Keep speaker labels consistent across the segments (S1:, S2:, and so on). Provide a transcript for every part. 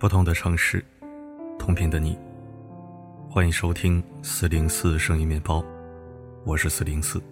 S1: 不同的城市，同频的你，欢迎收听404声音面包，我是404。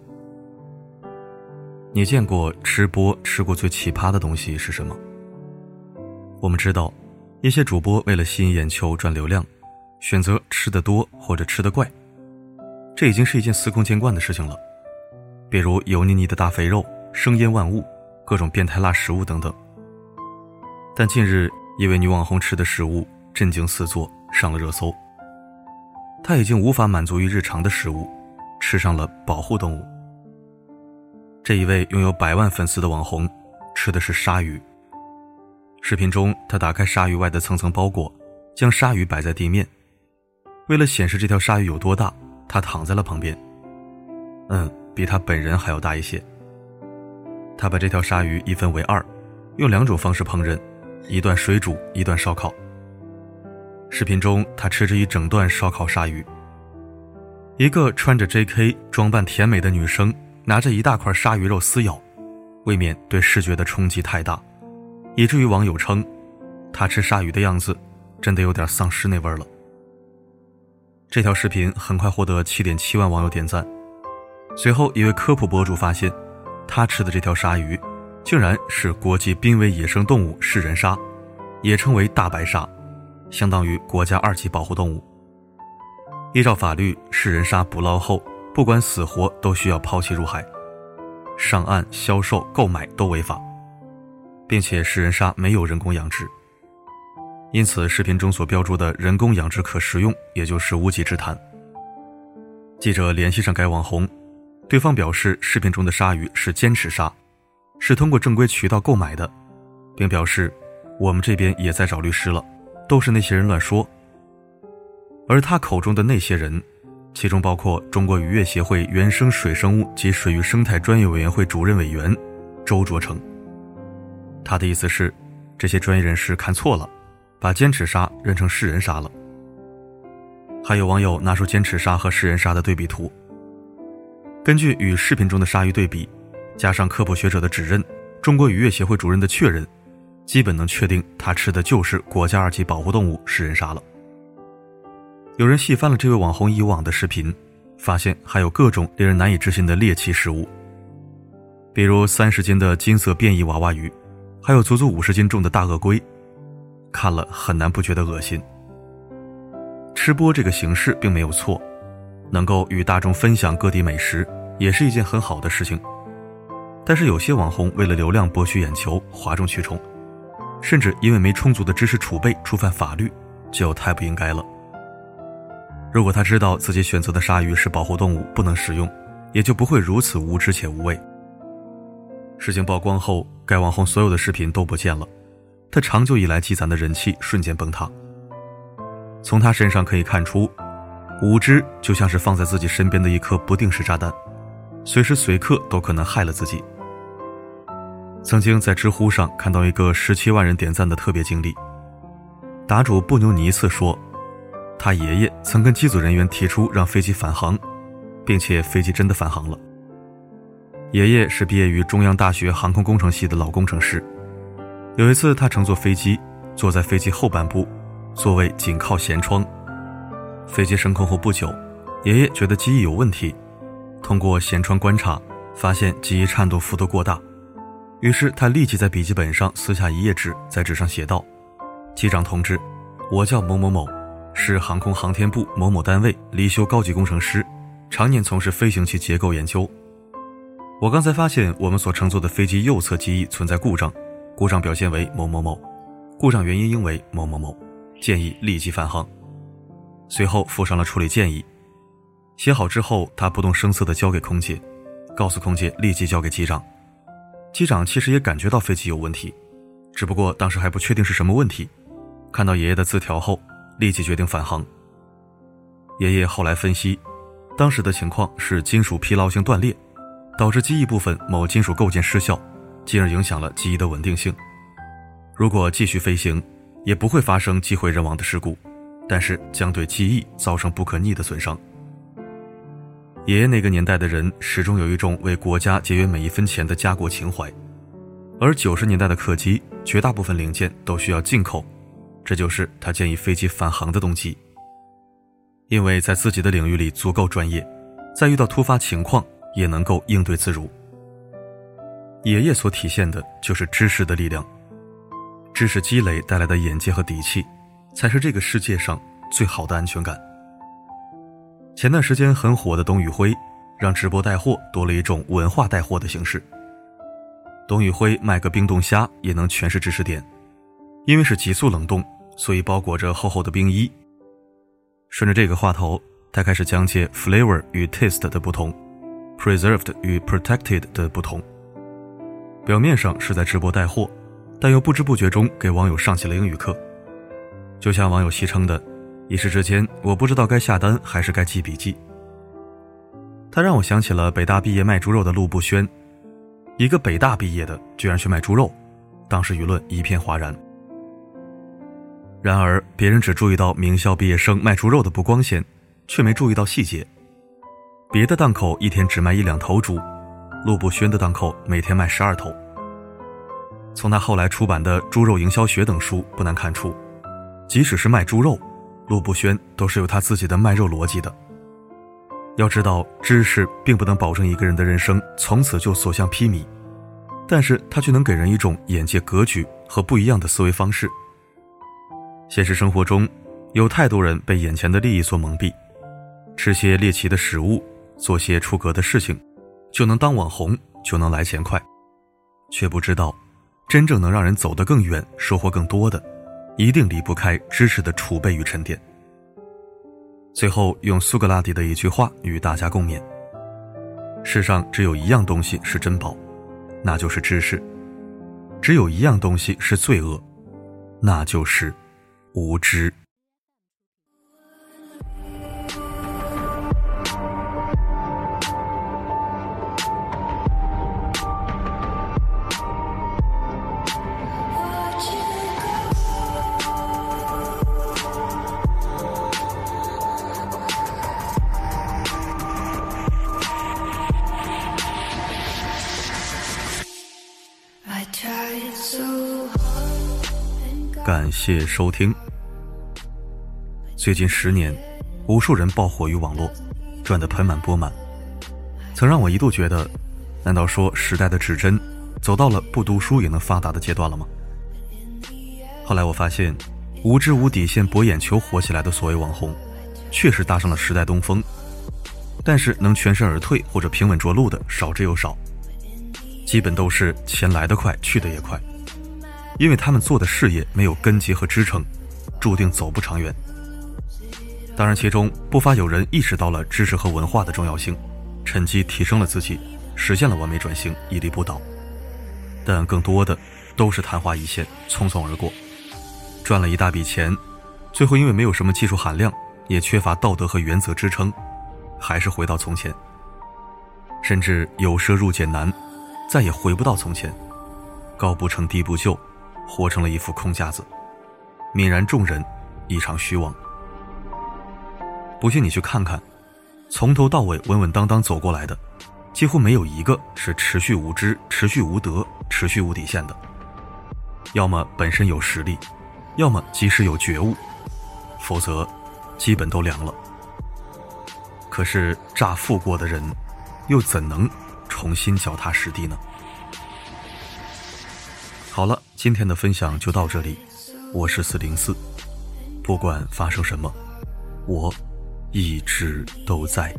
S1: 你见过吃播吃过最奇葩的东西是什么？我们知道，一些主播为了吸引眼球赚流量，选择吃得多或者吃得怪，这已经是一件司空见惯的事情了。比如油腻腻的大肥肉、生腌万物、各种变态辣食物等等。但近日一位女网红吃的食物震惊四座，上了热搜。她已经无法满足于日常的食物，吃上了保护动物。这一位拥有100万粉丝的网红吃的是鲨鱼。视频中，她打开鲨鱼外的层层包裹，将鲨鱼摆在地面。为了显示这条鲨鱼有多大，她躺在了旁边。比她本人还要大一些。她把这条鲨鱼一分为2，用2种方式烹饪，一段水煮，一段烧烤。视频中，她吃着一整段烧烤鲨鱼。一个穿着 JK 装扮甜美的女生拿着一大块鲨鱼肉撕咬，未免对视觉的冲击太大，以至于网友称她吃鲨鱼的样子真的有点丧尸那味儿了。这条视频很快获得 7.7 万网友点赞。随后一位科普博主发现，他吃的这条鲨鱼竟然是国际濒危野生动物食人鲨，也称为大白鲨，相当于国家2级保护动物。依照法律，食人鲨捕捞后不管死活都需要抛弃入海，上岸销售购买都违法，并且食人鲨没有人工养殖，因此视频中所标注的人工养殖可食用也就是无稽之谈。记者联系上该网红，对方表示视频中的鲨鱼是尖齿鲨，是通过正规渠道购买的，并表示我们这边也在找律师了，都是那些人乱说。而他口中的那些人，其中包括中国渔业协会原生水生物及水域生态专业委员会主任委员周卓成。他的意思是，这些专业人士看错了，把尖齿鲨认成食人鲨了。还有网友拿出尖齿鲨和食人鲨的对比图，根据与视频中的鲨鱼对比，加上科普学者的指认，中国渔业协会主任的确认，基本能确定他吃的就是国家2级保护动物食人鲨了。有人细翻了这位网红以往的视频，发现还有各种令人难以置信的猎奇食物，比如30斤的金色变异娃娃鱼，还有足足50斤重的大鳄龟，看了很难不觉得恶心。吃播这个形式并没有错，能够与大众分享各地美食也是一件很好的事情，但是有些网红为了流量博取眼球，哗众取宠，甚至因为没充足的知识储备触犯法律，就太不应该了。如果他知道自己选择的鲨鱼是保护动物，不能食用，也就不会如此无知且无畏。事情曝光后，该网红所有的视频都不见了，他长久以来积攒的人气瞬间崩塌。从他身上可以看出，无知就像是放在自己身边的一颗不定时炸弹，随时随刻都可能害了自己。曾经在知乎上看到一个17万人点赞的特别经历，答主布牛尼茨说，他爷爷曾跟机组人员提出让飞机返航，并且飞机真的返航了。爷爷是毕业于中央大学航空工程系的老工程师，有一次他乘坐飞机，坐在飞机后半部，座位紧靠舷窗。飞机升空后不久，爷爷觉得机翼有问题，通过舷窗观察，发现机翼颤动幅度过大，于是他立即在笔记本上撕下一页纸，在纸上写道：机长同志，我叫某某某，是航空航天部某某单位离休高级工程师，常年从事飞行器结构研究。我刚才发现我们所乘坐的飞机右侧机翼存在故障，故障表现为某某某，故障原因应为某某某，建议立即返航。随后附上了处理建议。写好之后，他不动声色地交给空姐，告诉空姐立即交给机长。机长其实也感觉到飞机有问题，只不过当时还不确定是什么问题，看到爷爷的字条后，立即决定返航。爷爷后来分析，当时的情况是金属疲劳性断裂，导致机翼部分某金属构件失效，进而影响了机翼的稳定性。如果继续飞行，也不会发生机毁人亡的事故，但是将对机翼造成不可逆的损伤。爷爷那个年代的人始终有一种为国家节约每一分钱的家国情怀，而90年代的客机绝大部分零件都需要进口， 这就是他建议飞机返航的动机。因为在自己的领域里足够专业，在遇到突发情况也能够应对自如。爷爷所体现的就是知识的力量，知识积累带来的眼界和底气，才是这个世界上最好的安全感。前段时间很火的董宇辉，让直播带货多了一种文化带货的形式。董宇辉卖个冰冻虾也能全是知识点，因为是急速冷冻，所以包裹着厚厚的冰衣。顺着这个话头，他开始讲解 flavor 与 taste 的不同， preserved 与 protected 的不同。表面上是在直播带货，但又不知不觉中给网友上起了英语课。就像网友戏称的，一时之间我不知道该下单还是该记笔记。他让我想起了北大毕业卖猪肉的陆步轩，一个北大毕业的居然去卖猪肉，当时舆论一片哗然。然而别人只注意到名校毕业生卖猪肉的不光鲜，却没注意到细节。别的档口一天只卖1-2头猪，陆步轩的档口每天卖12头。从他后来出版的《猪肉营销学》等书不难看出，即使是卖猪肉，陆步轩都是有他自己的卖肉逻辑的。要知道，知识并不能保证一个人的人生从此就所向披靡，但是它却能给人一种眼界格局和不一样的思维方式。现实生活中，有太多人被眼前的利益所蒙蔽，吃些猎奇的食物，做些出格的事情，就能当网红，就能来钱快，却不知道真正能让人走得更远，收获更多的，一定离不开知识的储备与沉淀。最后用苏格拉底的一句话与大家共勉：世上只有一样东西是珍宝，那就是知识；只有一样东西是罪恶，那就是无知。感谢收听。最近10年，无数人爆火于网络，赚得盆满钵满，曾让我一度觉得，难道说时代的指针走到了不读书也能发达的阶段了吗？后来我发现，无知无底线博眼球火起来的所谓网红，确实搭上了时代东风，但是能全身而退或者平稳着陆的少之又少，基本都是钱来得快去得也快，因为他们做的事业没有根基和支撑，注定走不长远。当然其中不乏有人意识到了知识和文化的重要性，趁机提升了自己，实现了完美转型，屹立不倒。但更多的都是昙花一现，匆匆而过，赚了一大笔钱，最后因为没有什么技术含量，也缺乏道德和原则支撑，还是回到从前，甚至由奢入俭难，再也回不到从前，高不成低不就，活成了一副空架子，泯然众人，一场虚妄。不信你去看看，从头到尾稳稳当当走过来的，几乎没有一个是持续无知、持续无德、持续无底线的。要么本身有实力，要么即使有觉悟，否则基本都凉了。可是乍富过的人，又怎能重新脚踏实地呢？好了，今天的分享就到这里，我是404，不管发生什么，我一直都在。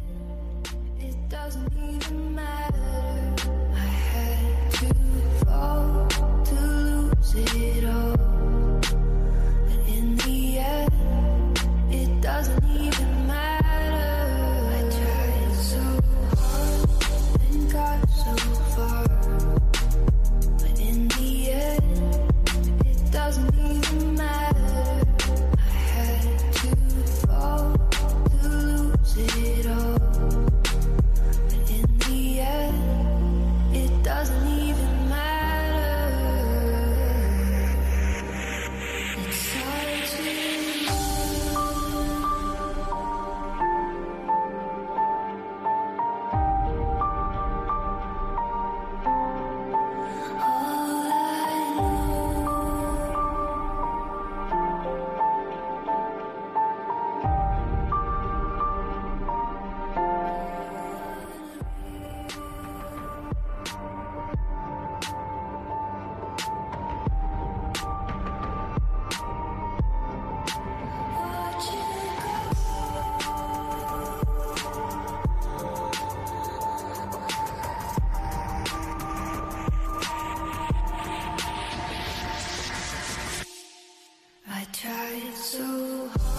S2: It all I tried so hard